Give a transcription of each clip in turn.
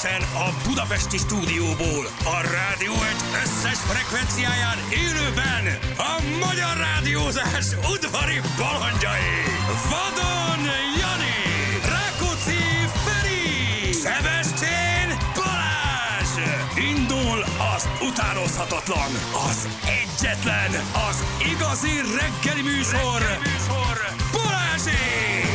Élőben a budapesti stúdióból, a rádió egy összes frekvenciáján élőben a magyar rádiózás udvari balandjai. Vadon Jani, Rákóczi Feri, Szebestén Balázs. Indul az utánozhatatlan, az egyetlen, az igazi reggeli műsor, Balázsék!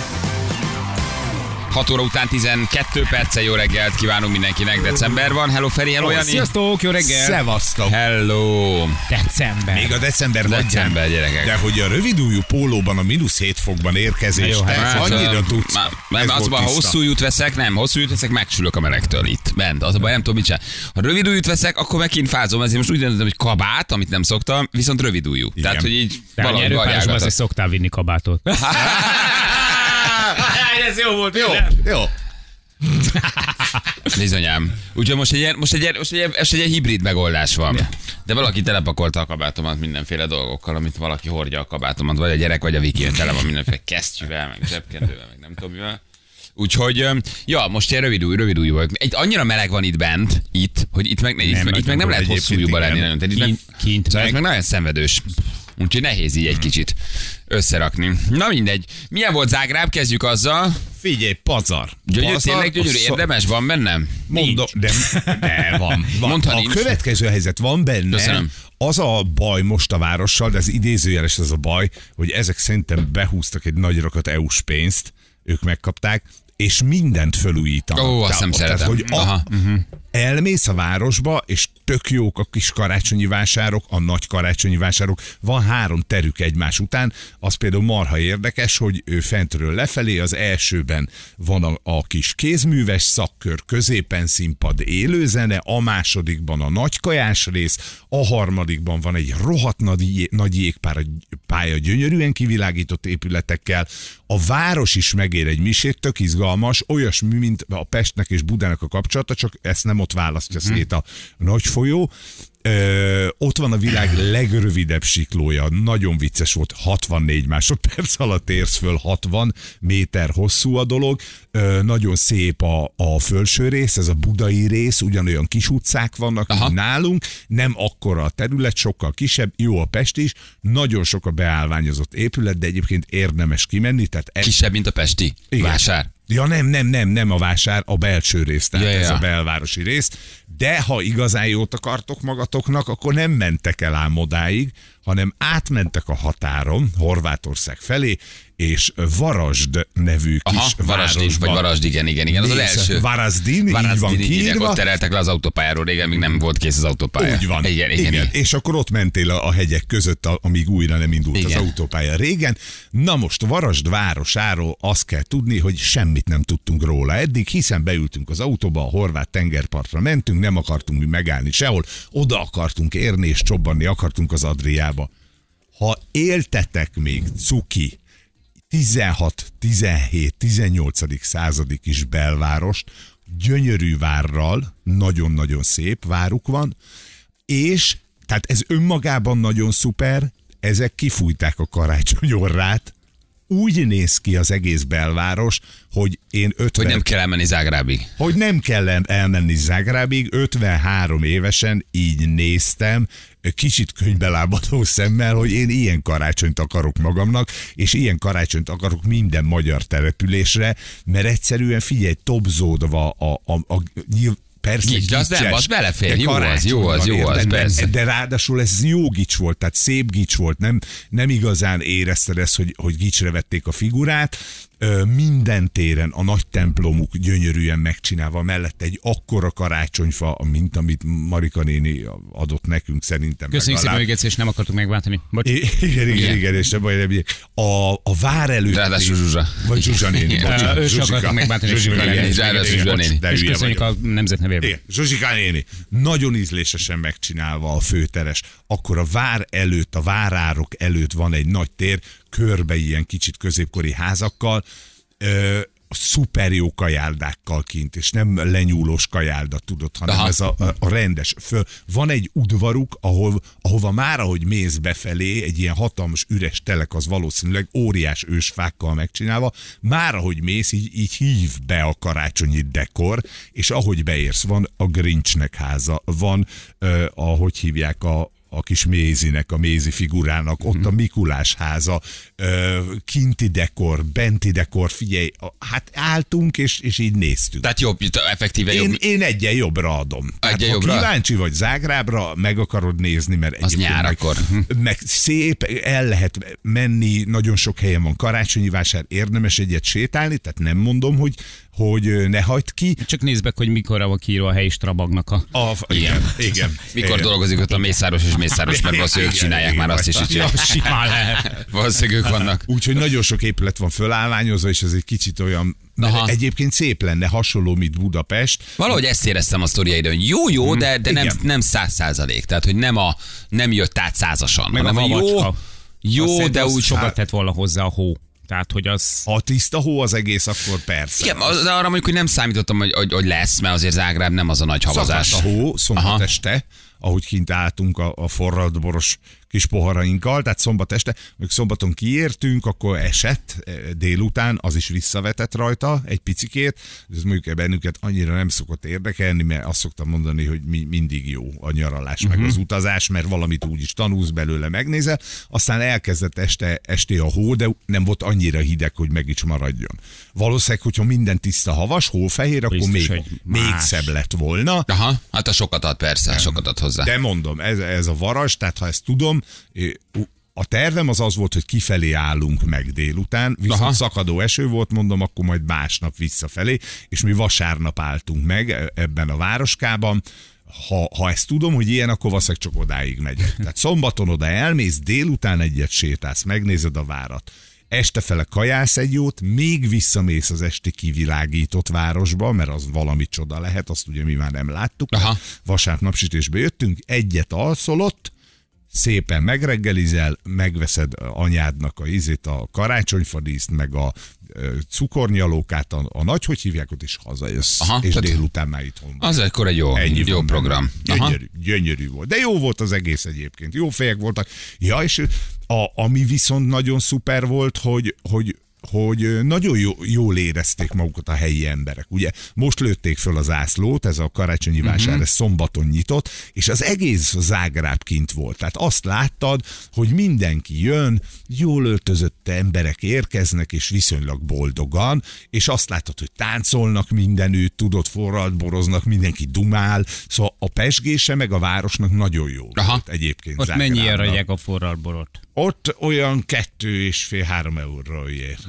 6 óra után 12 perccel jó reggelt kívánunk mindenkinek, december van. Hello Feri, hello Jani. Sziasztok, jó reggel. Szevasztok. Hello. December. Még a december December, gyerekek. De hogy a rövidújú pólóban a -7 fokban érkezés, jó, te hát annyira tudsz. Nem, az a baj, ha hosszú út veszek, megsülök a melegtől itt. Bent, az a baj, nem tudom mit csinál. Ha rövid ujjút veszek, akkor megint fázom, ezért most úgy döntöttem, hogy kabát, amit nem szoktam, viszont rövid ujjú. Tehát, hogy így De a valahogy nyerőpárosban azért bajálgatok. szoktál vinni kabátot. Ez jó volt, Jó. Bizonyám. Úgyhogy most egy ilyen hibrid megoldás van. De valaki telepakolta a kabátomat mindenféle dolgokkal, amit valaki hordja a kabátomat, vagy a gyerek, vagy a Viki, tele van mindenféle kesztyűvel, meg zsebkendővel, meg nem tudom mivel. Úgyhogy, ja, most ilyen rövid új vagyok. Annyira meleg van itt bent, hogy itt meg nem lehet hosszú ujjúba lenni. Nagyon. Tehát Kint szóval ez meg nagyon szenvedős. Úgyhogy nehéz így egy kicsit összerakni. Na mindegy. Milyen volt Zágráb? Kezdjük azzal. Figyelj, pazar. Tényleg gyönyörű, érdemes? Van bennem? Mondom, de van. Mondta A nincs. következő helyzet van benne. Köszönöm. Az a baj most a várossal, de az idézőjeles az a baj, hogy ezek szerintem behúztak egy nagy rakat EU-s pénzt, ők megkapták, és mindent fölújítanak. Ó, azt nem Tehát, szeretem. hogy Aha. elmész a városba, és tök jók a kis karácsonyi vásárok, a nagy karácsonyi vásárok. Van 3 terük egymás után. Az például marha érdekes, hogy fentről lefelé az elsőben van a kis kézműves szakkör, középen színpad, élőzene, a másodikban a nagykajás rész, a harmadikban van egy rohadt nagy jégpálya gyönyörűen kivilágított épületekkel. A város is megér egy misét, tök izgalmas, olyasmi, mint a Pestnek és Budának a kapcsolata, csak ezt nem ott választja szét a nagy folyó. Ott van a világ legrövidebb siklója, nagyon vicces volt, 64 másodperc alatt érsz föl, 60 méter hosszú a dolog, nagyon szép a felső rész, ez a budai rész, ugyanolyan kis utcák vannak, mint nálunk, nem akkora a terület, sokkal kisebb, jó a Pest is, nagyon sok a beállványozott épület, de egyébként érdemes kimenni. Tehát Kisebb, mint a pesti vásár. Ja, nem a vásár, a belső rész, tehát ez a belvárosi rész. De ha igazán jót akartok magatoknak, akkor nem mentek el ám odáig, hanem átmentek a határon, Horvátország felé, és Varasd nevű kis városban. Vagy Varasd, igen. Az az első. Varazdin, így van kiírva. Ott tereltek le az autópályáról, régen még nem volt kész az autópálya. Úgy van. Igen. És akkor ott mentél a hegyek között, amíg újra nem indult az autópálya régen. Na most Varasd városáról azt kell tudni, hogy semmit nem tudtunk róla eddig, hiszen beültünk az autóba, a horvát tengerpartra mentünk, nem akartunk mi megállni sehol, oda akartunk érni és csobbanni akartunk az Adriába. Ha éltetek még cuki 16, 17, 18. századi kis belvárost, gyönyörű várral, nagyon-nagyon szép váruk van, és tehát ez önmagában nagyon szuper, ezek kifújták a karácsonyorrát, úgy néz ki az egész belváros, hogy én 50... Hogy nem kell elmenni Zágrábig. Hogy nem kell elmenni Zágrábig, 53 évesen így néztem, kicsit könyvbelábadó szemmel, hogy én ilyen karácsonyt akarok magamnak, és ilyen karácsonyt akarok minden magyar településre, mert egyszerűen figyelj, topzódva persze Gics, de az nem, az belefér, jó az, persze. De ráadásul ez jó gics volt, tehát szép gics volt, nem igazán érezted ezt, hogy gicsre vették a figurát, minden téren a nagy templomuk gyönyörűen megcsinálva, mellette egy akkora karácsonyfa, mint amit Marika néni adott nekünk szerintem. Köszönjük szépen, hogy és nem akartuk megváltani. Igen, és nem baj, a vár előtt. Ráadásul Zsuzsa. Vagy Zsuzsa néni. Ő sem akartuk megváltani. Zsuzsa néni. És köszönjük a nemzet nevében. Zsuzsika néni. Nagyon ízlésesen megcsinálva a főteres. Akkor a vár előtt, a várárok előtt van egy nagy tér, körbe ilyen kicsit középkori házakkal. szuper jó kajáldákkal kint, és nem lenyúlós kajálda, tudod, hanem Aha. ez a rendes. Van egy udvaruk, ahova már, ahogy mész befelé, egy ilyen hatalmas üres telek, az valószínűleg óriás ősfákkal megcsinálva, már ahogy mész, így hív be a karácsonyi dekor, és ahogy beérsz, van a Grinchnek háza, van, ahogy hívják a kis Mézinek, a Mézi figurának, ott a Mikulás háza, kinti dekor, benti dekor, figyelj, hát álltunk, és így néztük. Tehát jobb, effektíve jobb. Én egyen jobbra adom. Tehát, ha jobbra? kíváncsi vagy Zágrábra, meg akarod nézni, mert Az nyár akkor. meg szép, el lehet menni, nagyon sok helyen van karácsonyi vásár, érdemes egyet sétálni, tehát nem mondom, hogy ne hagyd ki. Csak nézd meg, hogy mikor van kiírva a helyi Strabagnak Igen. Mikor dolgozik ott a Mészáros és Mészáros, mert valószínűleg ők csinálják már azt is, hogy Simán lehet. valószínűleg ők vannak. Úgyhogy nagyon sok épület van fölállványozva, és ez egy kicsit olyan, Aha. egyébként szép lenne, hasonló, mint Budapest. Valahogy ezt éreztem a sztoriaidon, hogy jó, de nem 100%. Tehát, hogy nem jött át 100-asan, Meg a hanem havacska. jó, de úgy sokat tett volna hozzá a hó. Tehát, hogy az... Ha tiszta hó az egész, akkor persze. Igen, de arra mondjuk, hogy nem számítottam, hogy lesz, mert azért Zágráb nem az a nagy havazás. Szakadt a hó szombat este, ahogy kint álltunk a forralt boros kis poharainkkal, tehát szombat este, mondjuk szombaton kiértünk, akkor esett délután, az is visszavetett rajta egy picikét, ez mondjuk bennünket annyira nem szokott érdekelni, mert azt szoktam mondani, hogy mindig jó a nyaralás, meg az utazás, mert valamit úgyis tanulsz belőle, megnézel, aztán elkezdett esté a hó, de nem volt annyira hideg, hogy meg is maradjon. Valószínűleg, hogyha minden tiszta havas, hófehér, akkor Biztos, még, hogy még más. szebb lett volna. Aha, hát a sokat ad, persze, sokat ad hozzá. De mondom, ez a varas, tehát ha ezt tudom, a tervem az volt, hogy kifelé állunk meg délután, viszont szakadó eső volt, mondom, akkor majd másnap visszafelé, és mi vasárnap álltunk meg ebben a városkában. Ha ezt tudom, hogy ilyen, akkor valószínűleg csak odáig megyek. Tehát szombaton oda elmész, délután egyet sétálsz, megnézed a várat. Estefele kajálsz egy jót, még visszamész az esti kivilágított városba, mert az valami csoda lehet, azt ugye mi már nem láttuk. Aha. Vasárnap napsütésbe jöttünk, egyet alszol ott, szépen megreggelizel, megveszed anyádnak a karácsonyfadíszt, meg a cukornyalókát, a nagy, hogy hívják ott, és hazajössz. Aha, És tehát délután már itthon van. Az akkor egy jó van program. benne. Gyönyörű volt. De jó volt az egész egyébként. Jó fejek voltak. Ja, és ami viszont nagyon szuper volt, hogy nagyon jól érezték magukat a helyi emberek. Ugye most lőtték föl az ászlót, ez a karácsonyi vásár, ez szombaton nyitott, és az egész Zágráb kint volt. Tehát azt láttad, hogy mindenki jön, jól öltözött emberek érkeznek, és viszonylag boldogan, és azt látod, hogy táncolnak mindenütt, tudod, forralt boroznak, mindenki dumál, szóval a pezsgése meg a városnak nagyon jó volt egyébként. Ott mennyi Zágrábnak. adják a forralt borot? Ott olyan 2,5-3 euróra ér.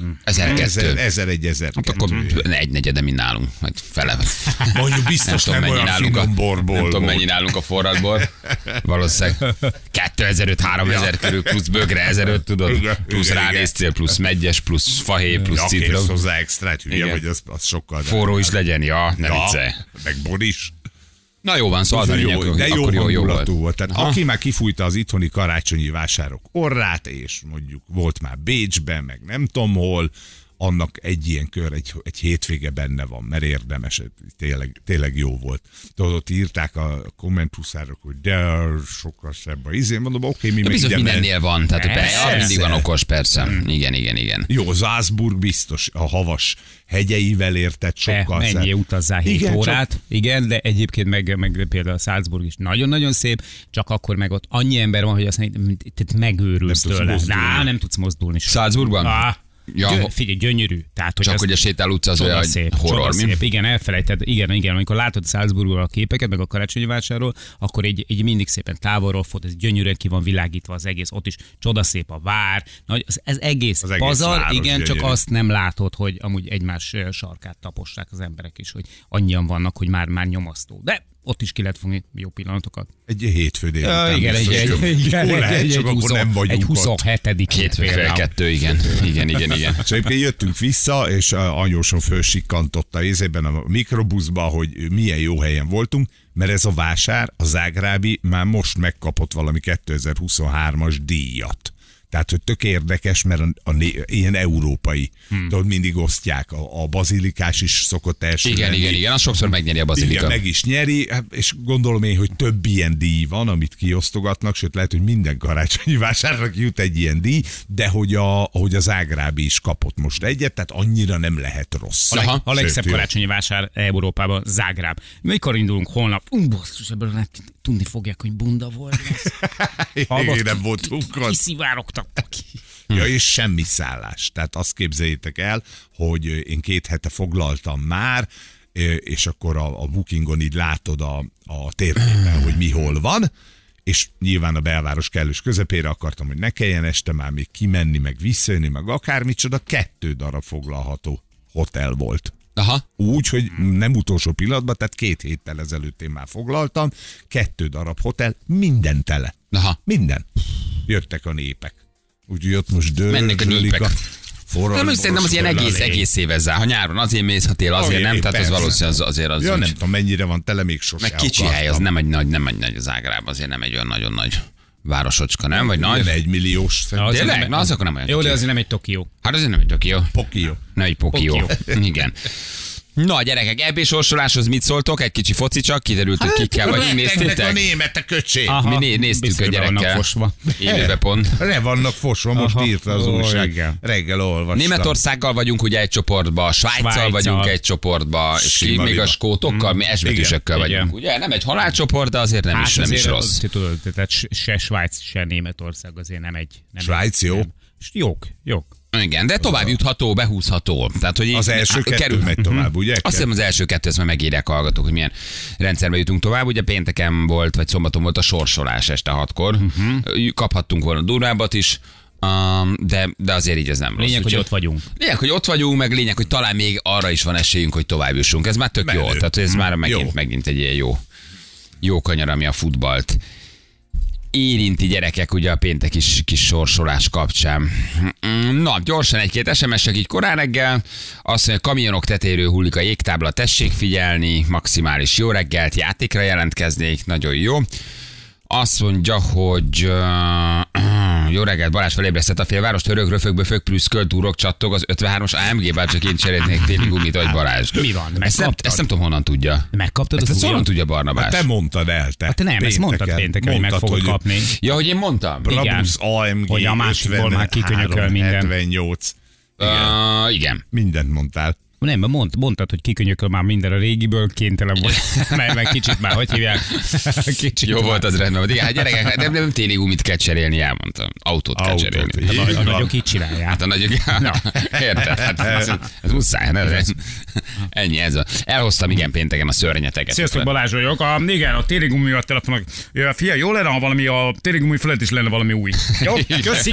1200. 1000-1200. Hát akkor egy negyede, mint nálunk, majd fele. Mondjuk biztos nem olyan finom borból. Nem tudom, volt. mennyi nálunk a forradbor. Valószínűleg 2500-3000 körül, plusz bögre 1500, tudod? Igen, Plusz igen, ránéztél, plusz meggyes, plusz fahéj, plusz Kérsz citrom. hozzá extrát, hülye Igen. vagy, az sokkal. Forró is legyen, ja, ne viccelj. meg bor is. Na jó van, szóval az a lényeg, hogy de jó akkor jó volt. hangulatú volt. Tehát aki már kifújta az itthoni karácsonyi vásárok orrát, és mondjuk volt már Bécsben, meg nem tudom hol, annak egy ilyen kör, egy hétvége benne van, mert érdemes, tényleg jó volt. Tudod, ott írták a kommentpuszárok, hogy de sokkal szebb a izé, mondom, oké, mi De meg biztos ide mindennél van, tehát Persze. mindig van okos, persze. Igen. Jó, Salzburg biztos, a havas hegyeivel értett sokkal szebb. Mennyi utazzál 7 Igen, órát, igen, de egyébként meg például a Salzburg is nagyon-nagyon szép, csak akkor meg ott annyi ember van, hogy azt mondja, megőrülsz Nem tudsz tőle. mozdulni. Nem tudsz mozdulni. Salzburgban? Ja, Figyelj, gyönyörű. Tehát, hogy csak az hogy a sétál utca az olyan, hogy szép, horror, mi? szép. Igen, elfelejted. Igen, amikor látod Salzburgról a képeket, meg a karácsonyi vásárról, akkor így mindig szépen távolról fot, ez gyönyörűen ki van világítva az egész, ott is csodaszép a vár. Ez egész Az egész pazar, város igen, csak gyönyörű. azt nem látod, hogy amúgy egymás sarkát tapossák az emberek is, hogy annyian vannak, hogy már nyomasztó. De ott is ki lehet fogni jó pillanatokat. Egy hétfő délután. Igen, Hol lehet, csak akkor nem vagyunk egy ott. 27. Hétfő fél kettő, igen. És egyébként jöttünk vissza, és anyósom fölsikkantotta észében a mikrobuszba, hogy milyen jó helyen voltunk, mert ez a vásár, a zágrábi már most megkapott valami 2023-as díjat. Tehát, hogy tök érdekes, mert ilyen európai. Tudod, mindig osztják. A bazilikás is szokott első Igen, az sokszor megnyeri a bazilika. Igen, meg is nyeri, és gondolom én, hogy több ilyen díj van, amit kiosztogatnak, sőt lehet, hogy minden karácsonyi vásárnak jut egy ilyen díj, de hogy a zágrábi is kapott most egyet, tehát annyira nem lehet rossz. A legszebb karácsonyi vásár Európában Zágráb. Mikor indulunk holnap? Basszus, ebből tudni fogják, hogy bunda volt. Igen, nem voltunk az. Kiszivárogtak ki. Ja, és semmi szállás. Tehát azt képzeljétek el, hogy én 2 hete foglaltam már, és akkor a bookingon így látod a térképen, hogy mi hol van, és nyilván a belváros kellős közepére akartam, hogy ne kelljen este már még kimenni, meg visszajönni, meg akármicsoda, 2 darab foglalható hotel volt. Aha. Úgy, hogy nem utolsó pillanatban, tehát 2 héttel ezelőtt én már foglaltam, 2 darab hotel, minden tele. Aha. Minden. Jöttek a népek. Úgyhogy ott most mennek a népek. Nem, szerintem az ilyen egész év zár. Ha nyáron azért mész, ha tél azért nem, tehát az valószínűleg azért az. Ja, nem tudom, mennyire van tele, még sose meg kicsi hely, az nem egy nagy az Zágráb, azért nem egy olyan nagyon nagy városocska, nem? Vagy nagy? 1 milliós szerintem. Tényleg? Na, az akkor nem olyan. Jó, de azért nem egy Tokió. Hát azért nem egy Tokió. Pokió. Nem egy Pokió. Igen. Na, gyerekek, EB sorsoláshoz mit szóltok? Egy kicsi foci csak, kiderült, hogy kikkel vagyunk. Néztétek? a német, köcsé. Mi néztük a gyerekkel. Élőbe pont. Le vannak fosva, most írta az újság. Reggel olvastam. Németországgal vagyunk ugye egy csoportba, Svájccal vagyunk egy csoportba, és még a skótokkal, mi esbetűsekkel vagyunk. Ugye nem egy halálcsoport, de azért nem is rossz. Tehát se Svájc, se Németország azért nem egy. Svájc jó? Jók. Igen, de tovább jutható, behúzható. Tehát, hogy az első 2 megy tovább, ugye? Azt hiszem az első 2, ezt már megírják hallgatók, hogy milyen rendszerbe jutunk tovább. Ugye pénteken volt, vagy szombaton volt a sorsolás este 6-kor. Kaphattunk volna durvábbat is, de azért így ez nem rossz. Lényeg, hogy ott vagyunk. Lényeg, hogy ott vagyunk, meg lényeg, hogy talán még arra is van esélyünk, hogy tovább jussunk. Ez már tök jó. Tehát ez már megint egy ilyen jó kanyar, ami a futballt érinti, gyerekek, ugye a péntek kis sorsolás kapcsán. Na, gyorsan 1-2 SMS-ek így korán reggel. Azt mondja, kamionok tetejéről hullik a jégtábla, tessék figyelni, maximális jó reggelt, játékra jelentkeznék, nagyon jó. Azt mondja, hogy jó reggelt, Balázs felébresztett a félvárost, hörög, röfög, böfög, prüszköl, túrok, csattog, az 53-as AMG, bár csak én cserélnék téli gumit, vagy Balázs. Mi van? Ezt nem tudom, honnan tudja. Megkaptad ezt az honnan tudja Barnabás? Hát te mondtad el, te. Hát te nem, ezt mondtad pénteken, hogy meg fogod kapni. Ja, hogy én mondtam? Brabus AMG, hogy a másikból már kikönyököl minden. 78. Igen. Mindent mondtál. Nem, mondtad, hogy kikönyököl már minden a régiből, kénytelen volt. Meg kicsit már, hogy hívják? Kicsit jó volt az rendben. Igen, hát gyerekek, nem téli gumit kell cserélni, elmondtam. Autót kell cserélni. A nagyok így csinálják. Hát a nagyok, érted? Hát ez muszáj. Ennyi, ez van. Elhoztam, igen, pénteken a szörnyeteket. Sziasztok, Balázs vagyok. Igen, a téli gumi a telefonok. Fia, jó lenne, ha valami a téli gumi felett is lenne valami új. Jó, köszi.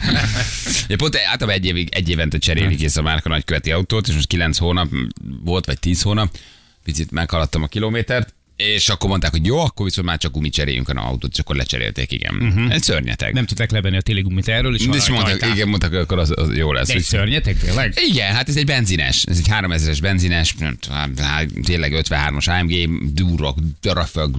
Pont általában egy évente cserélik ész a márka nagyköveti autót, és most 9 hónap volt, vagy 10 hónap, picit meghaladtam a kilométert, és akkor mondták, hogy jó, akkor viszont már csak gumit cseréljünk a autót, és akkor lecserélték, igen. Egy szörnyeteg. Nem tudták levenni a téligumit erről, és mondtak, akkor az jó lesz. Egy szörnyeteg tényleg? Igen, hát ez egy benzines, ez egy 3000-es benzines, tényleg 53-as AMG, durok, röfög,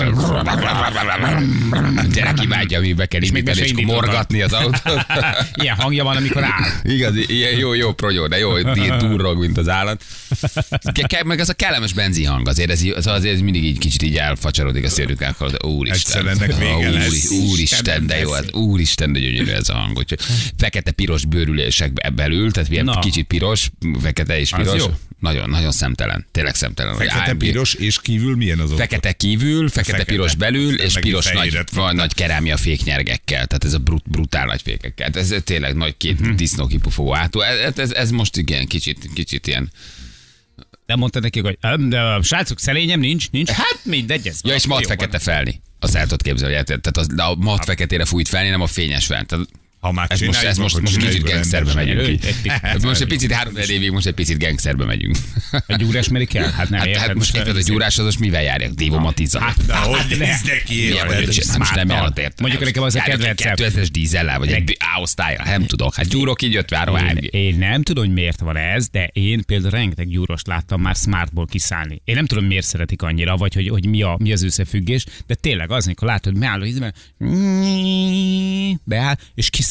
gyerek imádja, amiben kell indítani, és morgatni az autót. Ilyen hangja van, amikor áll. Igaz, ilyen jó progyó, de jó, durrog, mint az állat. Meg az a kellemes benzinhang, azért mindig így kicsit így elfacsarodik a szélükkel, de úristen, de jó, úristen, de gyönyörű ez a hang. Fekete-piros bőrülések belül, tehát ilyen kicsit piros, fekete és piros. Nagyon, nagyon szemtelen, tényleg szemtelen. Fekete-piros és kívül milyen az? Fekete kívül, fekete-piros belül, és piros nagy kerámia féknyergekkel, tehát ez a brutál nagy fékekkel. Ez tényleg nagy két disznókipufogó átó. Ez most igen, kicsit ilyen. Nem mondta nekik, hogy de srácok, szelényem nincs. Hát mindegy ez. Ja, és mat fekete felni. Azt el tudod képzelni, tehát a mat feketére fújt felni, nem a fényes fel. Ez most kicsit gangsterbe megyünk. Most egy picit 3 évig, most egy picit gangsterbe megyünk. A gyúrás meri kell? Hát nem érted. Hát most a gyúrás az most mivel járják? Divo Matiza. Hát hogy néznek ki? Most nem járhat érte. Mondjuk nekem az a kedvencem. 2000-es dízellel, vagy egy A-osztállyal, nem tudok. Hát gyúrok így 53 AMG. Én nem tudom, hogy miért van ez, de én például rengeteg gyúrost láttam már Smartból kiszállni. Én nem tudom, miért szeretik annyira, vagy hogy mi az összefüggés, de tényleg az, amikor látod, beáll a beáll, és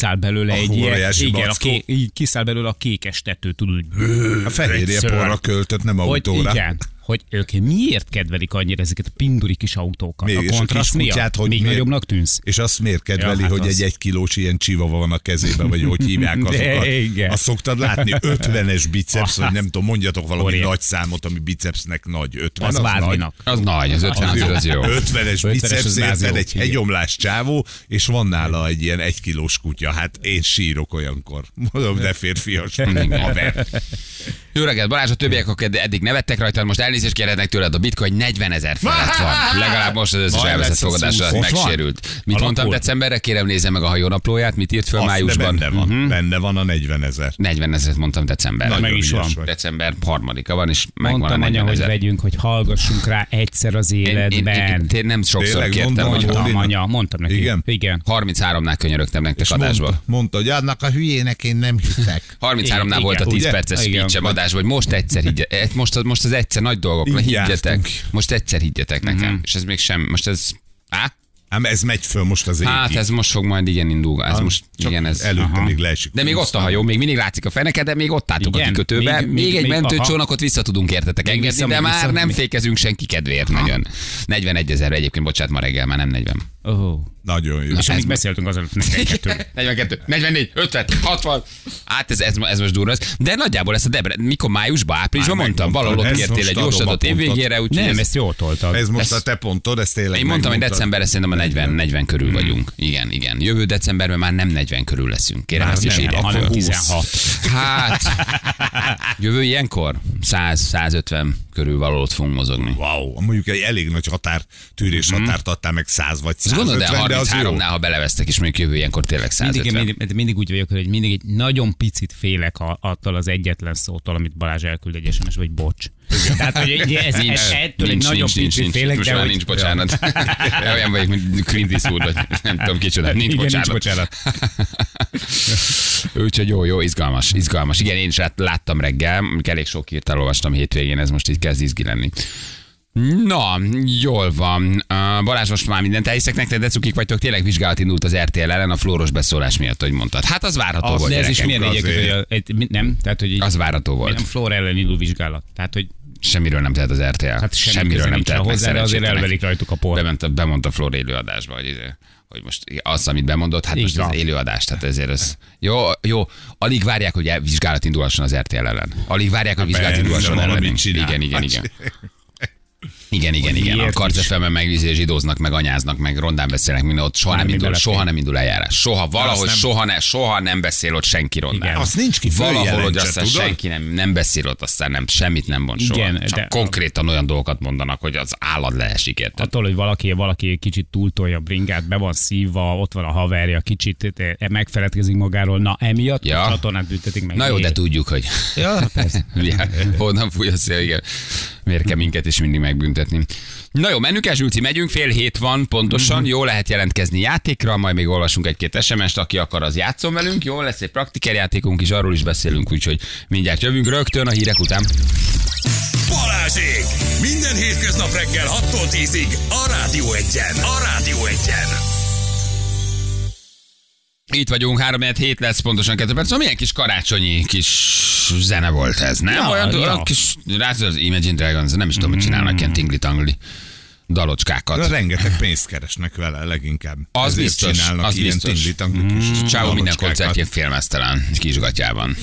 kiszáll belőle egy ilyen, óriási igen, mackó. így kiszáll belőle a kékes tető, tudod, A fehérje porra költött, nem hogy autóra. igen, hogy ők miért kedvelik annyira ezeket a pinduri kis autókat? Még, és A a kontraszt kis miatt? kutyát, hogy Még miért- nagyobbnak tűnsz? És azt miért kedveli, Ja, hát hogy az- egy 1 kilós ilyen csivava van a kezében, vagy hogy hívják azokat. Igen. Azt szoktad látni? 50-es biceps, vagy nem tudom, mondjatok valami Óriás. nagy számot, ami bicepsnek nagy. 50, Az nagy. vádlinak. Az nagy, az 50 az jó. 50-es 50-es biceps, az názi érted? jó. Egy hegyomlás csávó, és van nála egy ilyen 1 kilós kutya. Hát én sírok olyankor. Mondom, de férfias. Haver. Jó reggelt, Balázs, a többiek, akik eddig nevettek rajta, most elnézést kérhetnek tőled, a bitcoin 40 000 felett van. Legalább most az összes Majd elveszett lesz a fogadásra szúsz. Ott van? megsérült. Mit mondtam Alakul? decemberre? Kérem, nézze meg a hajónaplóját, mit írt föl Azt, de májusban. benne van. Benne van a 40 000. 40 000 mondtam decemberre. Meg is van. December 3-a van, és megvan a Mondtam, 40 anya, 000. hogy vegyünk, hogy hallgassunk rá egyszer az Én életben. nem sokszor Tényleg, kértem, mondom, hogy hogy Mondtam, Módinak. anya, mondtam neki. Igen? Igen. 33-nál könyörögtem nektek adásba. Mondta, hogy annak a hülyének én nem hiszek. 33-nál Igen, volt a 10 ugye? perces Igen. speech-em adásban, hogy most egyszer most az egyszer nagy dolgokra Így higgyetek. jártunk. Most egyszer higgyetek nekem. És ez még sem, most ez... Á? Ám ez megy föl most az égig. Hát ez most fog majd igen indul. Ez most, Csak igen, ez... előtte Aha. még leesik. De még ott a hajó, még mindig látszik a feneke, de még ott álltok a Igen, kikötőbe. Még egy még- mentőcsónakot vissza tudunk értetek engedni, vissza- de már vissza- nem fékezünk senki kedvéért nagyon. 41 000 egyébként, bocsánat, ma reggel már nem 40. Oh. Nagyon jó. És amit beszéltünk az előtt 42. 42, 44, 50, 60. Hát ez most durva lesz. De nagyjából ezt a mikor májusban, áprilisban Már mondtam, megmondtad. valahol ott Ez kértél most egy adom a jósladott pontot. évvégére, úgyhogy Nem, ez- ezt jól toltad. Ez most Ez- a te pontod, ez tényleg Én mondtam, hogy megmondtad. decemberre szerintem a 40 körül vagyunk. Igen. Jövő decemberben már nem 40 körül leszünk. Kérem, Már ezt is nem, írják hanem föl. 16. Hát, jövő ilyenkor 100-150 körül valahol ott fogunk mozogni. Wow, mondjuk egy elég nagy tűrés határt adtál meg 100 vagy Azt gondolod, 150, de de az jó. 33-nál, ha belevesztek, és mondjuk jövő ilyenkor tényleg 150. Mindig úgy vagyok, hogy mindig egy nagyon picit félek attól az egyetlen szótól, amit Balázs elküld egy SMS, vagy bocs. Tehát, hogy ez ettől egy nagyon picit félek, most de már hogy... nincs bocsánat. Olyan vagyok, mint Clint Eastwood, vagy nem tudom kicsoda. Nincs Igen, bocsánat. nincs bocsánat. Úgyhogy jó, izgalmas. Igen, én is láttam reggel, elég sok hírt elolvastam hétvégén, ez most így kezd izgi lenni. Na, jól van. Balázs, most már mindent elhiszek nektek, de cukik vagytok, tényleg vizsgálat indult az RTL ellen a flóros beszólás miatt, hogy mondtad. Hát az várható volt, De ez is gyerekek. milyen azért. egyébként, hogy nem? Tehát, hogy így, Az várható volt. nem Flóra ellen indul vizsgálat. Tehát, hogy Semmiről nem tehet az RTL. hát Semmiről nem tehet meg, hozzá, de azért szerencsétlenek. elverik rajtuk a port. Bemondta Flóra élőadásba, hogy most az, amit bemondott, hát Így most van. az élőadás, tehát ezért az... Jó, alig várják, hogy vizsgálat indulhasson az RTL ellen. Alig várják, hogy vizsgálat persze, indulhasson valamit ellenünk. csinál. Igen. Igen. A miért karcefemben megvízi, zsidóznak, meg anyáznak, meg rondán beszélnek, minden ott soha nem Bármi indul, belefér. soha nem indul eljárás. Soha, valahogy nem- soha nem beszél ott senki rondán. Igen. Azt nincs ki Valahol, hogy följelentse, aztán tudod? senki nem beszél ott, aztán nem, semmit nem mond soha. Igen, Csak de- konkrétan olyan dolgokat mondanak, hogy az állat leesik, érted? Attól, hogy valaki egy kicsit túltolja a bringát, be van szívva, ott van a haverja, kicsit megfeledkezik magáról, na emiatt Ja. a csatornát büntetik meg. Na jó, de Miért? tudjuk, hogy Ja, persze. ja, honnan fúj a szél, igen. Miért kell minket is mindig megbüntetni? Na jó, menjünk el, Zsülci, megyünk, 6:30 van pontosan, jó lehet jelentkezni játékra, majd még olvasunk egy-két SMS-t, aki akar, az játszon velünk, jó, lesz egy praktikerjátékunk is, arról is beszélünk, úgyhogy mindjárt jövünk rögtön a hírek után. Balázsék! Minden hétköznap reggel 6-tól 10-ig a Rádió Egyen. Itt vagyunk, 3-7 lesz, pontosan 2 perc. Szóval milyen kis karácsonyi kis zene volt ez, nem? Ja, Olyan ja. kis, látszol az Imagine Dragons, nem is tudom, hogy csinálnak ilyen tingli-tangli dalocskákat. De rengeteg pénzt keresnek vele leginkább. Az Ezért biztos, csinálnak az ilyen biztos. tindli-tangli kis Csávó minden dalocskákat. koncertjén félmeztelen, kisgatyában.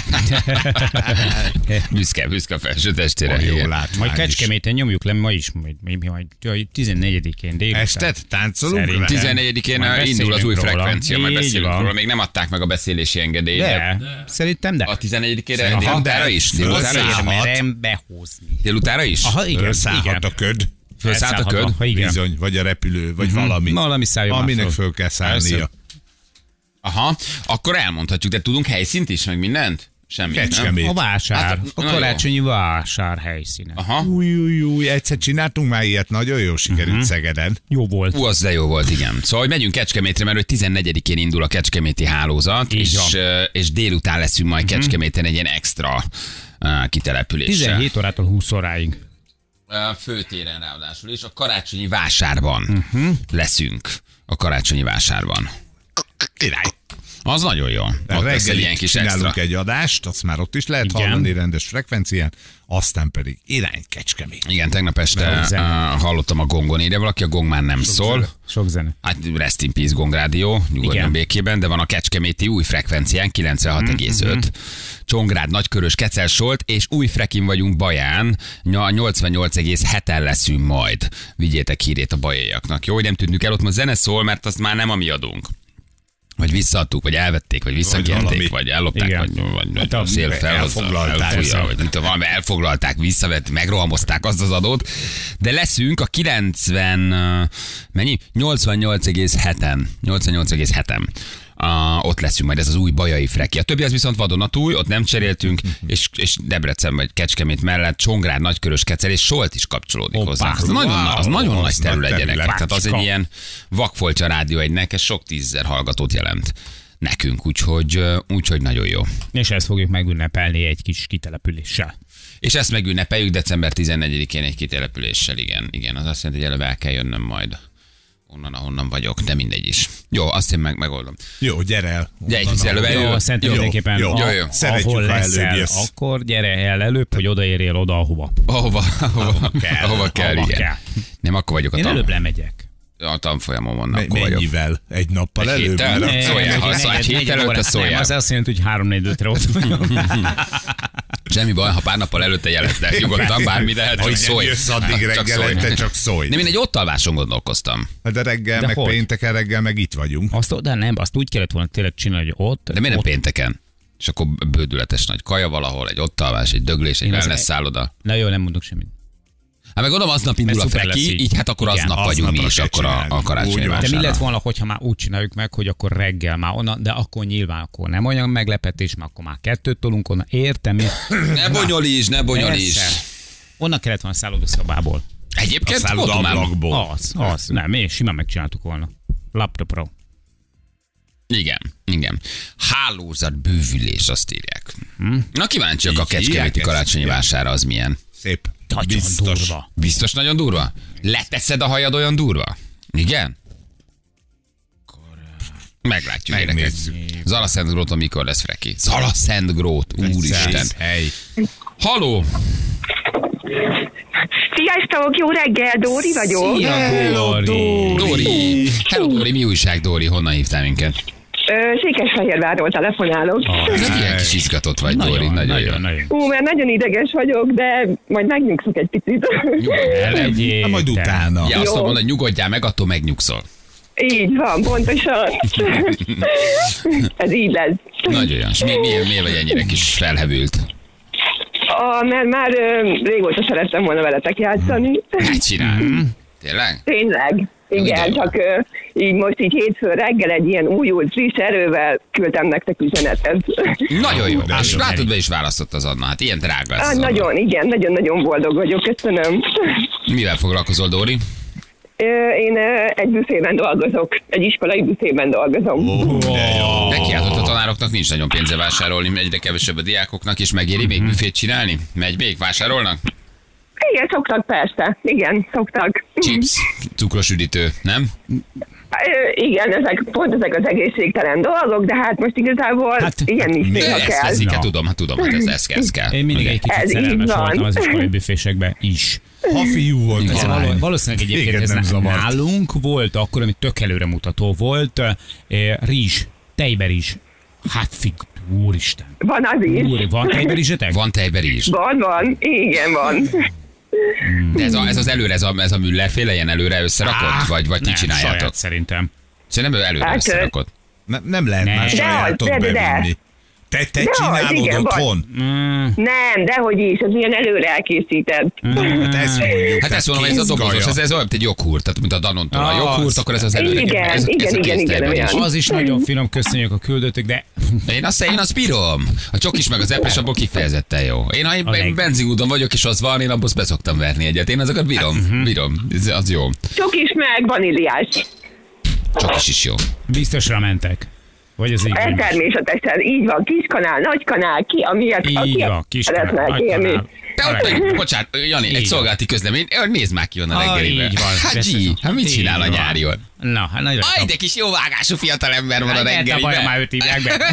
büszke a felső testére. Jó igen. látvány Majd is. Kecskeméten nyomjuk le, ma is, majd 14-én délután. Estet táncolunk Szerint. vele? 14-én Majd indul az új beszélünk róla. frekvencia, majd Így beszélünk van. róla. Még nem adták meg a beszélési engedélyt. De, szerintem de. A 14-ére Szerintem délutára de. is? Fölszállhat. Délutára is? Merem behozni. Délutára is? Aha, igen. Fölszállhat a köd. Fölszállt a köd? Ha igen. Bizony, vagy a repülő, vagy valami. Valami szálljon már Aminek föl. föl kell szállnia. Persze. Aha, akkor elmondhatjuk, de tudunk helyszínt is, meg mindent? Semmit, nem? Kecskemét. A vásár. Hát, A na karácsonyi vásár helyszíne. Aha. Új, egyszer csináltunk már ilyet, nagyon jó sikerült Szegeden. Jó volt. Az de jó volt, igen. Szóval, hogy megyünk Kecskemétre, mert hogy 14-én indul a kecskeméti hálózat, Így és délután leszünk majd Kecskeméten egy ilyen extra kitelepüléssel. 17 órától 20 óráig. Főtéren ráadásul, és a karácsonyi vásárban leszünk. A karácsonyi vásárban. Király. Az nagyon jó. Ott lesz egy ilyen Reggelig kis csinálunk extra. egy adást, azt már ott is lehet Igen. hallani rendes frekvencián, aztán pedig irány Kecskemét. Igen, tegnap este zene. hallottam a gongon, írja valaki, a gong már nem szól. Sok zene. Hát rest in peace Gong Rádió, nyugodjon Igen. békében, de van a kecskeméti új frekvencián, 96,5. Csongrád, Nagykörös, Kecel, Solt, és új frekin vagyunk Baján, 88,7-en leszünk majd. Vigyétek hírét a bajaiaknak. Jó, hogy nem tűnünk el, ott ma zene szól, mert azt már nem a mi adunk. Vagy visszaadtuk, vagy elvették, vagy visszakérték, valami. vagy ellopták, Igen. vagy Hát a- szél elfoglalták. vagy nem tudom, valami elfoglalták, visszavették, megrohamozták azt az adót, de leszünk a 88,7-en. Ott leszünk majd, ez az új bajai freki. A többi az viszont vadonatúj, ott nem cseréltünk, és Debrecen vagy Kecskemét mellett Csongrád, Nagykörös, Kecel és Solt is kapcsolódik Hoppá. hozzá. Az nagyon az nagy terület, nagy gyerekek. terület. Tehát az egy ilyen vakfolcsa rádió egynek, ez sok 10.000 hallgatót jelent nekünk, úgyhogy nagyon jó. És ezt fogjuk megünnepelni egy kis kitelepüléssel. És ezt megünnepeljük december 14-én egy kitelepüléssel, igen. Az azt jelenti, hogy előbb el kell jönnöm majd onnan, ahonnan vagyok, de mindegy is. Jó, azt én megoldom. Jó, gyere el. Gyere egy kicsit előbb, Jó, Jó, szerintem jó, mindenképpen, jó. Szeretjük, ahol ha leszel, előbb jössz. akkor gyere el előbb, hogy odaérjél oda, ahova. Ahova kell, Ahova igen. kell. Nem, akkor vagyok Én előbb lemegyek. a tanfolyamon, akkor vagyok. Mennyivel? Egy nappal Egy előbb? héttel? Mert- Szóljál, ha egy héttel előtte szóljál. Nem, az azt jelenti, hogy 3-4-5-re ott vagyok. Semmi baj, ha pár nappal előtte jelentnek, nyugodtan, bármi lehet, Hogy hogy nem szólj. jössz addig Csak szólj. reggelente, csak szólj. Nem, én egy ott alváson gondolkoztam. De reggel, De meg hogy? pénteken reggel, meg itt vagyunk. De nem, azt úgy kellett volna tényleg csinálni, hogy ott. De miért nem ott, pénteken? És akkor bődületes nagy kaja valahol, egy ott alvás, egy döglés, egy Én az- wellness szálloda. Na jó, nem mondok semmit. Hát meg gondolom, aznap indul a Ez szuper lesz freki, így. így hát akkor Igen, aznap vagyunk mi aznapra is, kell akkor csinálni. a karácsonyi Úgy van. De mi vásárra. lett volna, hogyha már úgy csináljuk meg, hogy akkor reggel már onnan, de akkor nyilván akkor nem olyan meglepetés, mert akkor már 2 tolunk onnan. Értem én. Ne bonyolíts, ne bonyolíts. Persze. Onnan kellett volna szállodaszobából. Egyébként A szálloda voltam már. ablakból. Az. Nem, én simán megcsináltuk volna. Laptopra. Igen. Hálózat bővülés, azt írják. Na kíváncsiak a Így hívják kecskeméti ezt? karácsonyi Igen. vására, az milyen? Szép. Nagyon Biztos. durva. Biztos nagyon durva? Leteszed a hajad olyan durva? Igen? Meglátjuk, gyerekek. Megnézzük. Zalaszentgróton mikor lesz freki? Zalaszentgrót, úristen. Szép hely. Haló! Sziasztok, jó reggel, Dóri vagyok. Dóri! Hello, Dóri, mi újság, Dóri? Honnan hívtál minket? Székesfehérvárról telefonálok. Ez egy ilyen kis izgatott vagy, Dóri, nagyon jó. Ú, mert nagyon ideges vagyok, de majd megnyugszok egy picit. Elegyél. Na, majd utána. Ja, azt Jó. mondod, hogy nyugodjál meg, attól megnyugszol. Így van, pontosan. Ez így lesz. Nagyon jó. És miért vagy ennyire kis felhevült? Mert már régóta szerettem volna veletek játszani. Hát csinál. Tényleg? Tényleg. Jó, Igen, de jó. csak így most így hétfőn reggel egy ilyen újult friss erővel küldtem nektek üzenetet. Nagyon jó. De És jó. látod, be is választott az Anna. Hát ilyen drága ez az Anna. Nagyon, igen, nagyon-nagyon boldog vagyok, köszönöm. Mivel foglalkozol, Dóri? Én egy büfében dolgozok, egy iskolai büfében dolgozom. Nekiálltott a tanároknak, nincs nagyon pénze vásárolni, egyre kevesebb a diákoknak, és megéri még büfét csinálni? Megy még? Vásárolnak? Igen, szoktak persze, igen, szoktak. Chips, cukros üdítő, nem? Igen, ezek az egészségtelen dolgok, de hát most igazából ilyen is néha Ez kell. kezdik, Na. tudom, hát ez kell. Én mindig egy kicsit Ez így szerelmes van. voltam az iskolai büfésekbe is. Ha fiú volt, Ez valány. valószínűleg egyébként Téged ez nem zavart. nálunk volt akkor, ami tök előremutató volt, rizs, tejberizs. Hát úristen. Van az is. Úri, van tejberizsetek? Van tejberi is. Van, igen, van. De ez az előre, ez a Müllerféle ilyen előre összerakott? Vagy ti nem, csináljátok? saját szerintem. Szerintem ő előre Hát, összerakott. Nem lehet Ne. már De sajátot de. bevinni. Te De csinálod igen, van. otthon? Nem, dehogy is, ez ilyen előre elkészített. Hát ezt mondjuk. Hát ezt mondom, hogy ez a dobozos, ez olyan, mint egy joghurt, tehát mint a Danontól a Az. joghurt, akkor ez az előre. Igen, ez a igen, kész tejberizs. olyan. Az is nagyon finom, köszönjük a küldöttök, de Én azt bírom. A csokis meg az epres, abból kifejezetten jó. Én benzinúton vagyok, és az van, én abból be szoktam verni egyet. Én azokat bírom. Az jó. Csokis meg vaníliás. Csokis is jó. biztosra mentek. Vagy az így Ez van. természetesen így van, kiskanál, nagykanál, ki, amilyet Így van, kiskanál, szeretnek élni. nagykanál. Te ott meg, bocsánat, Jani, egy Így szolgálati közlemény, nézd már ki onnan reggelibe. Így van. Hát G, hát mit Így csinál a van. nyárion? Na, hát nagyon Aj, de kis jó vágású fiatalember van a A bajom reggelibe. már őt hívják be.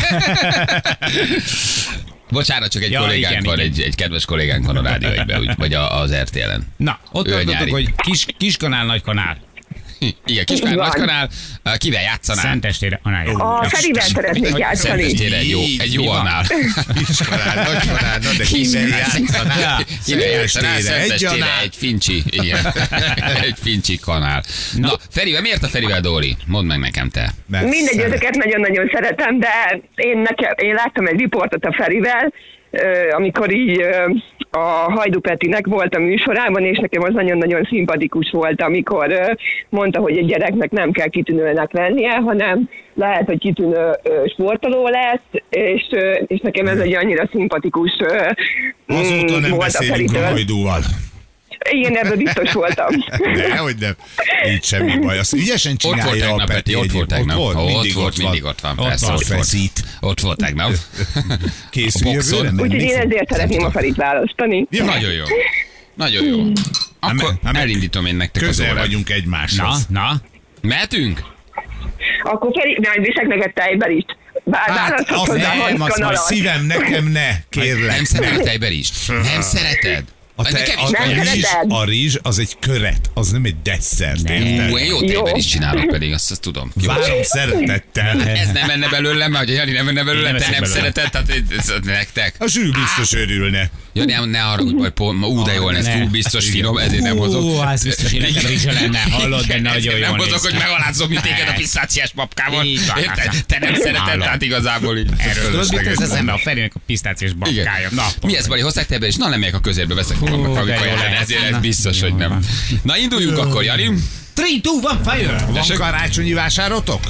Bocsánat, csak egy Ja, kollégánk igen, van, igen. egy kedves kollégánk van a rádió egyben, vagy az RTL-en. Na, ott Ő a tartottuk, nyári. hogy kiskanál, nagykanál. Igen, kiskanál, Így van. nagykanál, kivel játszanál? Szentestére, anál jó. A Ferivel szeretnék játszani. Szentestére egy jó annál. Kiskanál, nagykanál, na de kivel játszanál? Kivel játszanál? Szentestére, egy Szentestére annál. egy fincsi, igen. Egy fincsi kanál. Na, Ferivel, miért a Ferivel, Dóri? Mondd meg nekem te. Mert Mindegy, szeret. ezeket nagyon-nagyon szeretem, de én láttam egy riportot a Ferivel, amikor így a Hajdú Petinek volt a műsorában, és nekem az nagyon-nagyon szimpatikus volt, amikor mondta, hogy egy gyereknek nem kell kitűnőnek lennie, hanem lehet, hogy kitűnő sportoló lesz, és nekem ez egy annyira szimpatikus Azóta nem volt a beszélünk a Feritől. Hajdúval. Igen, ebből biztos voltam. Dehogy nem. Így semmi baj. Azt ügyesen Ott volt csinálja a tegnap, Peti, ott volt tegnap. mindig ott van. persze, van. ott volt. Feszít. Ott volt tegnap. Készül A boxon. jövőre? Nem, Úgyhogy mi én fog? ezért szeretném a Ferit választani. Ja, Nagyon jó. Nagyon jó. Akkor Hát meg elindítom én nektek az Közel órát. vagyunk Na, egymáshoz. na. Mehetünk? Akkor Feri, majd viszek neked tejben is. Bár Hát, választhatsz azt hozzá nem, 6 azt majd kanalat. szívem, nekem ne, kérlek. Nem szereted tejber is? Nem szereted? Nekem is Nem kell. szereted? a rizs az egy köret, az nem egy desszert, érted? Én jó Jó. tejber is csinálok pedig, azt tudom. Jó. Várom szeretettel. Ez nem menne belőlem, mert hogy a Jani nem menne belőlem, Nem te nem eszek belőle. szereted, tehát ez nektek. A zsűr biztos örülne. Jani, ne arra, hogy pont, de jól lesz, Ne. túl biztos finom, ezért nem hozok. Ó, az biztos, hogy nekem rizsa lenne, hallod, de nagyon Ezért jól nem hozok, néz hogy ki. megalázom, mint téged a pisztáciás papkával. Így van, Érted? hát. Te nem szereted, Hallom. tehát igazából így. Tudod, mit ez az ember? A Ferinek a pisztáciás Igen. babkája. Na, Mi ez, Bali, hozták tejbe, és na nem megyek a közérbe, veszek magamnak, de amikor jó jön, lehet. ezért ez Na, biztos, jó hogy nem. van. Na induljunk akkor, Jani. 3, 2, 1, fire! Van Tessék? karácsonyi vásárotok?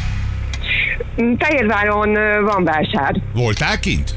Fehérváron van vásár. Voltál kint?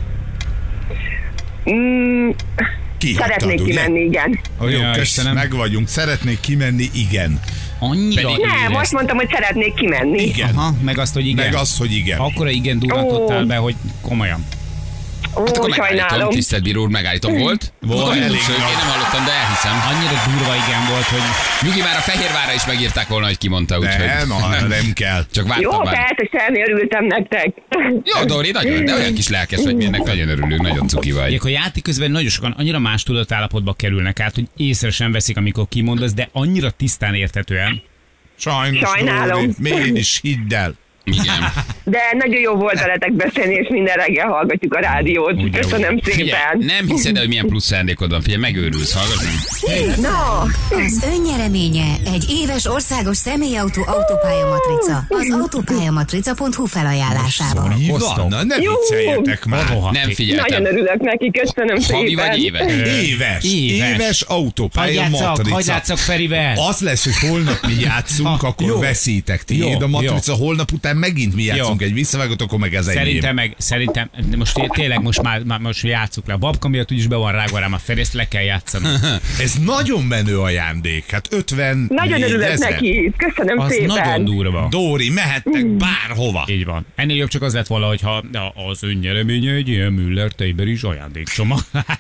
Kihagytad, Szeretnék ugye? kimenni, igen. Ó, jó, Ja, kösz, Istenem. meg vagyunk. Szeretnék kimenni, igen. Annyira Pedig- Nem, érezt. azt mondtam, hogy szeretnék kimenni. Igen. Aha, meg azt, hogy igen. Meg az, hogy igen. Akkora igen durrantottál Ó. be, hogy komolyan. Ó, Hát akkor megállítom, sajnálom. tisztelt bíró úr, megállítom. Volt? Volt, Elég. elég Én nem hallottam, de elhiszem. Annyira durva igen volt, hogy Nyugi, már a Fehérvárra is megírták volna, hogy kimondta, úgyhogy Nem, arra nem kell. csak Jó, vártam már. persze, semmi, örültem nektek. Jó, Dori, nagyon, de olyan kis lelkes vagy, mi ennek nagyon örülünk, nagyon cuki vagy. a játék közben nagyon sokan annyira más tudatállapotba kerülnek át, hogy észre sem veszik, amikor kimondasz, de annyira tisztán érthetően. Sajnos, Sajnálom. Dóri, én is hidd el. Igen. De nagyon jó volt veletek beszélni, és minden reggel hallgatjuk a rádiót. Ugye, Köszönöm Figyelj, szépen. nem hiszed el, hogy milyen plusz szándékod van. Figyelj, megőrülsz, hallgass meg. Na, Az önnyereménye egy éves országos személyautó autópálya matrica az autópályamatrica.hu felajánlásában. Mi Hoztam. van? Na, ne Jó. vicceljetek már. Rohadt Nem ki. figyeltem. nagyon örülök neki, köszönöm Havi szépen. vagy éves? Éves autópálya Hagyj matrica. játszak Ferivel! Az lesz, hogy holnap mi játszunk, Ha, akkor jó. veszitek tiéd Jó, a matrica, holnap után megint mi játszunk egy visszavágott, akkor meg ez Szerintem, most tényleg most játsszuk le. A babka miatt úgyis be van rágva rám a Feri, ezt le kell játszani. Ez nagyon menő ajándék. Hát 50 Nagyon örülök neki, köszönöm Az szépen. nagyon durva. Dóri, mehettek bárhova. Így van. Ennél jobb csak az lett volna, hogyha az önnyereménye egy ilyen Müller tejber is ajándékcsomag.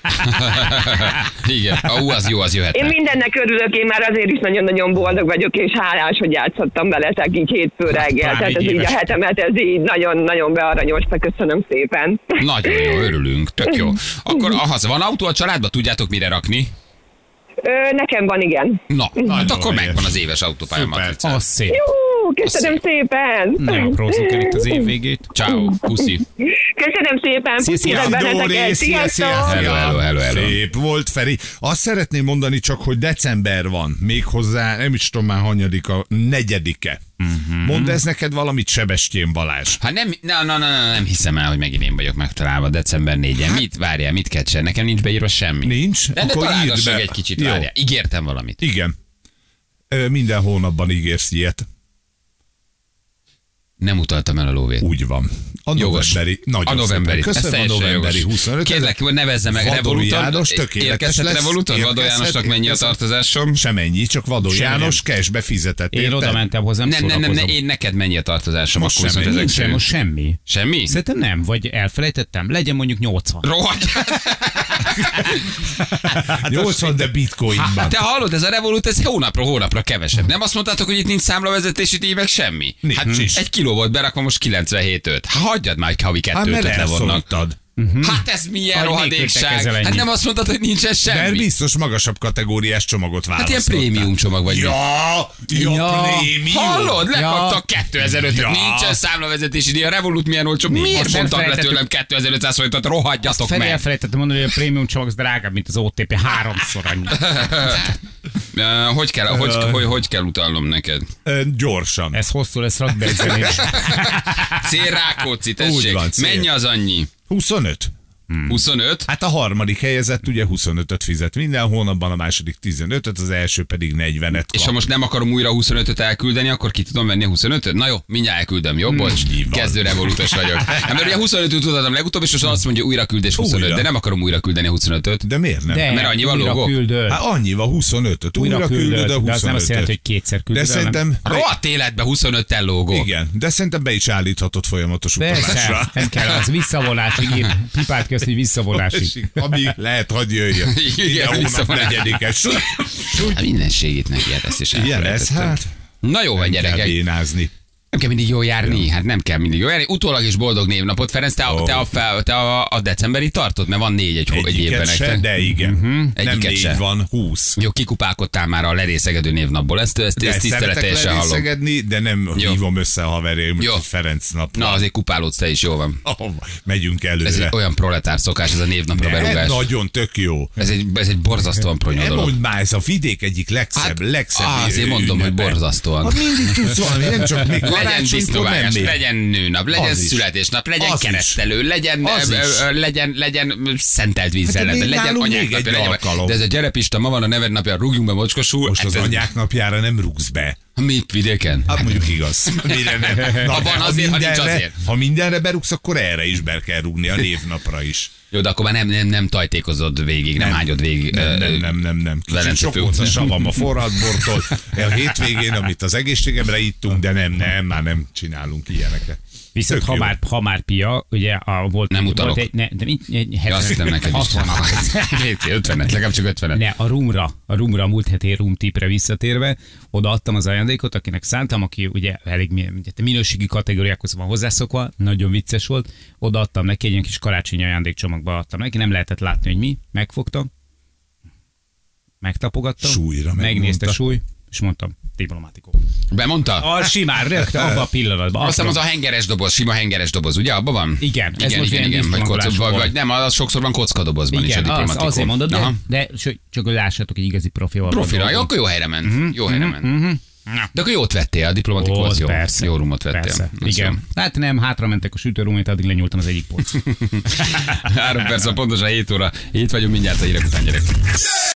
Igen, az jó, az Én jöhetne. mindennek örülök, én már azért is nagyon-nagyon boldog vagyok, és hálás, hogy játszottam veletek így hétfő reggel. pláne Tehát egy ez így éves. a hetemet, ez így nagyon-nagyon bearanyozta, köszönöm szépen. Nagyon jó, örülünk, tök jó. Akkor van autó a családba, tudjátok mire rakni? Nekem van, igen. Na, hát akkor helyes. megvan az éves autópálya Szuper. matrica. Az szép. Jó, köszönöm szépen. Nem aprózzuk el itt az év végét. Ciao, puszi. Köszönöm szépen, Szia, puszilak szia, benneteket, Dóri, szia, szia, sziasztok! Hello, hello, hello. Szép volt, Feri. Azt szeretném mondani csak, hogy december van. Méghozzá, nem is tudom már hanyadika, 4-e. Mondd ez neked valamit, Sebestyén Balázs. Hát nem hiszem el, hogy megint én vagyok megtalálva december 4-en. Mit várjál, mit kell? Nekem nincs beírva semmi. Nincs? De Akkor írd találgassak be. egy kicsit, Jó. várjál. Ígértem valamit. Igen. Minden hónapban ígérsz ilyet. Nem utaltam el a lóvét. Úgy van. A Jogos. novemberi. Nagyon A novemberi. szépen. Köszönöm, Ez a teljesen novemberi jogos. 25. Kérlek, nevezze meg Vadó Revoluton. János, tökéletes Érkezhet lesz. Revoluton? Vadó Érkezhet, Jánosnak mennyi a érkezhet. tartozásom? Semennyi, csak Vadó Semmi János nem. cashbe fizetett. Én érted? oda mentem hozzám, Nem, én neked mennyi a tartozásom? Most Akkor viszont semmi. ezek Nincsen szerint. most semmi. Semmi? Szerintem nem, vagy elfelejtettem. Legyen mondjuk 80. Rohadt. 80, de bitcoinban. Te hallod, ez a Revolut, ez hónapról hónapra kevesebb. Nem azt mondtátok, hogy itt nincs számlavezetési díj, meg semmi? Nincs. Hát egy kiló volt berakva, most 97,5. Hát hagyjad már, hogy havi Hát mert 2,5 levonnak. elszóltad. Hát ez milyen Hogy még rohadékság. köttek ezzel Hát ennyi. nem azt mondtad, hogy nincsen De semmi. biztos magasabb kategóriás csomagot Hát ilyen választottál. prémium csomag vagy. Ja, prémium. Hallod? Lekaptak 2005-öt, Ja. nincsen számlavezetési díj. A Revolut milyen olcsó. Miért Most mondtak le elfelejtettük? tőlem 2500 forintot, rohadjatok Feri meg. elfelejtettem mondani, hogy a prémium csomag az drágább, mint az OTP. 3-szor annyi. Hogy kell utalnom neked? Gyorsan. Ez hosszú lesz, rakd be egy zenés. Cél Rákóczi, Úgy tessék. van, cél. Mennyi az annyi? 25. 25? Hát a harmadik helyezett ugye 25-öt fizet minden hónapban, a második 15-öt, az első pedig 40-et És ha kap. most nem akarom újra 25-öt elküldeni, akkor ki tudom venni a 25-öt? Na jó, mindjárt elküldöm, jó? Bocs, így van. kezdő revolutos vagyok. Hát, mert ugye 25-öt tudtam legutóbb, és most azt mondja újra küldés 25, Újra. de nem akarom újra küldeni a 25-öt. De miért nem? De Mert annyival újra lógok? küldöd. Hát annyival 25-öt. Újra küldöd a 25-öt. De az nem azt jelenti, hogy kétszer küldöd. De el, nem? szerintem... Rohadt életbe 25-tel lógok. Igen, de szerintem be is állíthatod folyamatos utalásra. Persze, nem kell, az visszavonásig ír. Pipát kezd, hogy visszavonásig. Ami lehet, hogy jöjjön. Igen, Ide hónap visszavonás. 4-es. Hát mindenségét neki, hát ezt is Ilyen lesz, elfelejtettem. hát. Na jó van, Nem kell gyerekek. bénázni. Nem kell mindig jól járni, hát nem kell mindig jól járni. Utólag is boldog névnapot, Ferenc, te a decemberi tartod, mert van 4 egy évben Egyiket se, nektek. de igen. Nem Egyiket 4 se. van, 20. Jó, kikupálkodtál már a lerészegedő névnapból, ezt De tiszteletesen szeretek hallom. lerészegedni, de nem Jó. hívom össze a haverjaim, Jó. hogy Ferenc nap. Na, azért kupálódsz te is, jó van. Megyünk előre. Ez egy olyan proletár szokás, ez a névnapra Nem, berúgás. nagyon tök jó. Ez egy borzasztóan pronyó Nem dolog. mondd már, ez a vidék egyik legszebb. Azért mondom, hogy ünnepe. borzasztóan. Hát mindig tudsz valami, nem csak még Legyen karácsonykor nem disznóvágás, még. legyen nőnap, legyen Az is. születésnap, legyen Az is. keresztelő, legyen, Az is. legyen szentelt vízzel, Hát, de még legyen nálunk anyák még egy napja, legyen. alkalom. De ez a gyere Pista, ma van a neved napja, rúgjunk be mocskosul. Most az Hát ez- anyák napjára nem rúgsz be. Mi vidéken? Hát mondjuk igaz. Mire nem? Na, Ha van azért, ha nincs azért. Ha mindenre berúgsz, akkor erre is be kell rúgni, a névnapra is. Jó, de akkor már nem tajtékozod végig, nem ágyod végig. Nem. Kicsit Velence sok fő volt a utcán. savam a forradbortól. A hétvégén, amit az egészségemre ittunk, de nem, már nem csinálunk ilyeneket. Viszont Tök jó. ha már Pia, ugye volt... Nem utalok. Volt egy Ja, azt hittem neked is. 60. 50-et, legalább csak 50-et. Ne, a roomra, a múlt heti room tipre visszatérve, odaadtam az ajándékot, akinek szántam, aki ugye elég ugye, minőségi kategóriákhoz van hozzászokva, nagyon vicces volt, odaadtam neki, egy ilyen kis karácsonyi ajándékcsomagba adtam neki, nem lehetett látni, hogy mi, megfogtam, megtapogattam, Súlyra megnézte megmondta. súly, és mondtam, diplomatikó. Bemondta? A simán, rögtön abban a pillanatban. Azt hiszem az a hengeres doboz, sima hengeres doboz, ugye? Abban van? Igen, ez most ilyen Vagy, díszcsomagolású volt. vagy nem, az sokszor van kockadobozban is a Igen, diplomatikó. azért mondod, Aha. de csak hogy lássátok, hogy igazi profil van. Profira, dolgom. akkor jó helyre ment. Jó helyre ment. De akkor jót vettél, a diplomatikó az jó. Persze. Jó rumot vettél. Persze. Ez Igen. jó. Hát nem, hátra mentek a sütőrumét, addig lenyúltam az egyik polc. 3 perc, pontosan 7 óra. Itt vagyunk mindjárt a hírek után, gyerek.